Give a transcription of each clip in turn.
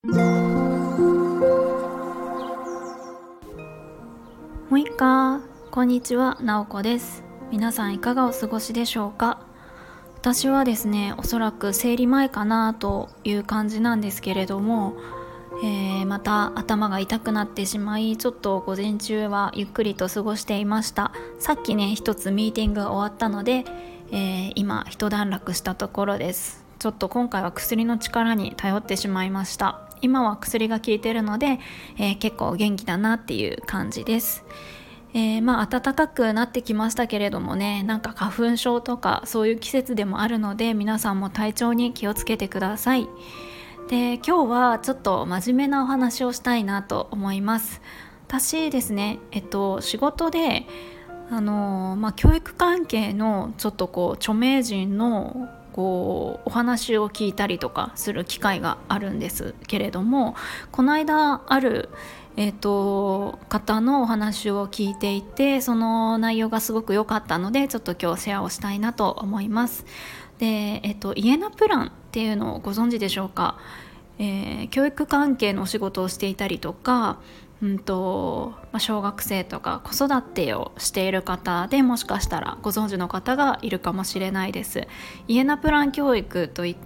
もういっか、こんにちは、なおこです。皆さんいかがお過ごしでしょうか。私はですね、おそらく生理前かなという感じなんですけれども、また頭が痛くなってしまい、ちょっと午前中はゆっくりと過ごしていました。さっきね、一つミーティングが終わったので、今一段落したところです。ちょっと今回は薬の力に頼ってしまいました。今は薬が効いているので、結構元気だなっていう感じです。暖かくなってきましたけれどもね、なんか花粉症とかそういう季節でもあるので、皆さんも体調に気をつけてください。で、今日はちょっと真面目なお話をしたいなと思います。私ですね、仕事で教育関係のちょっと著名人のお話を聞いたりとかする機会があるんですけれども、この間ある方のお話を聞いていて、その内容がすごく良かったので、ちょっと今日シェアをしたいなと思います。で、イエナプランっていうのをご存知でしょうか。教育関係のお仕事をしていたりとか、小学生とか子育てをしている方で、もしかしたらご存知の方がいるかもしれないです。イエナプラン教育といって、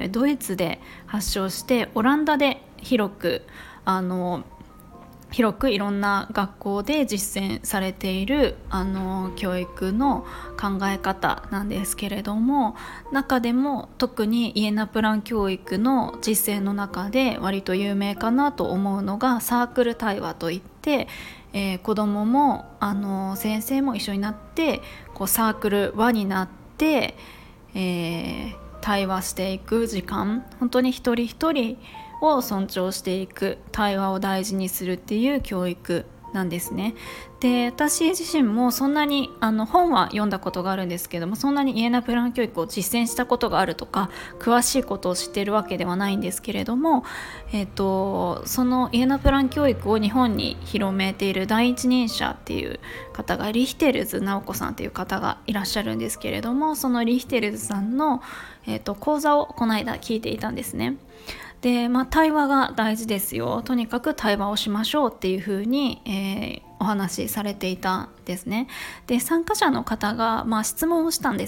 ドイツで発祥してオランダで広くいろんな学校で実践されている教育の考え方なんですけれども、中でも特にイエナプラン教育の実践の中で割と有名かなと思うのがサークル対話といって、子どもも先生も一緒になってサークル輪になって、対話していく時間、本当に一人一人を尊重していく、対話を大事にするっていう教育なんですね。で、私自身もそんなに本は読んだことがあるんですけども、そんなにイエナプラン教育を実践したことがあるとか詳しいことを知っているわけではないんですけれども、そのイエナプラン教育を日本に広めている第一人者っていう方がリヒテルズ直子さんっていう方がいらっしゃるんですけれども、そのリヒテルズさんの、講座をこの間聞いていたんですね。で、対話が大事ですよ、とにかく対話をしましょうっていうふうに、お話しされていたんですね。で、参加者の方が、質問をしたんです。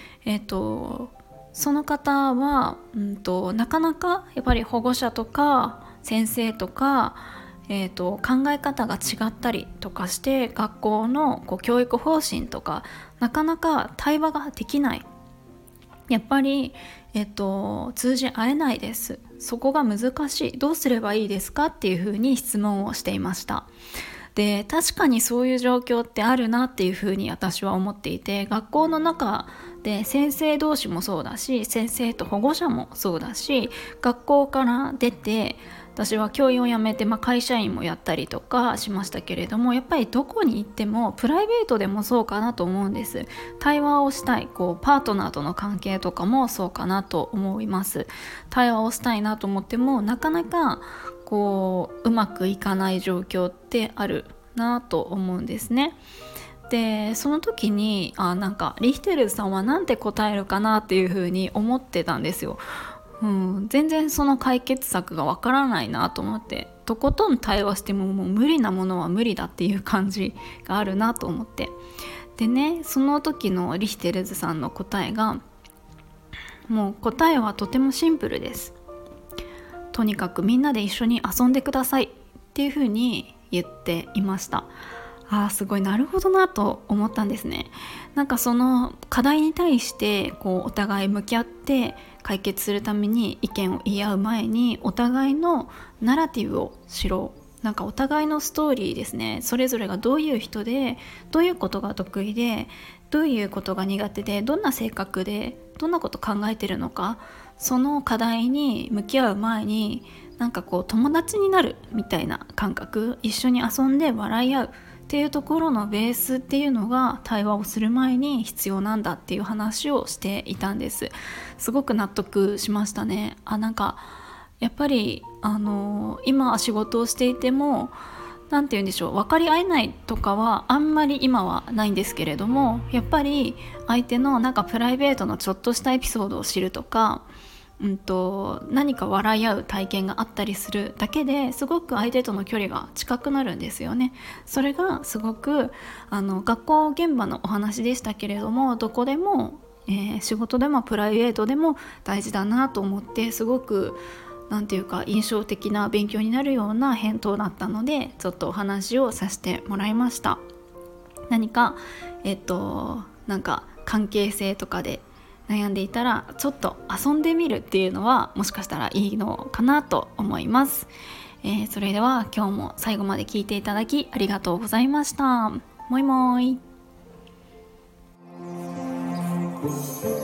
その方は、なかなかやっぱり保護者とか先生とか、考え方が違ったりとかして、学校の教育方針とかなかなか対話ができない、やっぱり、通じ合えないです、そこが難しい、どうすればいいですかっていうふうに質問をしていました。で、確かにそういう状況ってあるなっていうふうに私は思っていて、学校の中で先生同士もそうだし、先生と保護者もそうだし、学校から出て私は教員を辞めて、会社員もやったりとかしましたけれども、やっぱりどこに行ってもプライベートでもそうかなと思うんです。対話をしたい、パートナーとの関係とかもそうかなと思います。対話をしたいなと思ってもなかなかうまくいかない状況ってあるなと思うんですね。で、その時にリヒテルズさんはなんて答えるかなっていうふうに思ってたんですよ。全然その解決策がわからないなと思って、とことん対話してももう無理なものは無理だっていう感じがあるなと思って、でね、その時のリヒテルズさんの答えが、もう答えはとてもシンプルです。とにかくみんなで一緒に遊んでくださいっていうふうに言っていました。すごいなるほどなと思ったんですね。その課題に対してお互い向き合って解決するために意見を言い合う前に、お互いのナラティブを知ろう、お互いのストーリーですね、それぞれがどういう人で、どういうことが得意で、どういうことが苦手で、どんな性格でどんなこと考えてるのか、その課題に向き合う前に友達になるみたいな感覚、一緒に遊んで笑い合うっていうところのベースっていうのが対話をする前に必要なんだっていう話をしていたんです。すごく納得しましたね。やっぱり今仕事をしていてもなんて言うんでしょう、分かり合えないとかはあんまり今はないんですけれども、やっぱり相手のプライベートのちょっとしたエピソードを知るとか、 何か笑い合う体験があったりするだけですごく相手との距離が近くなるんですよね。それがすごく学校現場のお話でしたけれども、どこでも、仕事でもプライベートでも大事だなと思って、すごくなんていうか印象的な勉強になるような返答だったので、ちょっとお話をさせてもらいました。何かなんか関係性とかで悩んでいたら、ちょっと遊んでみるっていうのはもしかしたらいいのかなと思います。それでは今日も最後まで聞いていただきありがとうございました。もいもーい。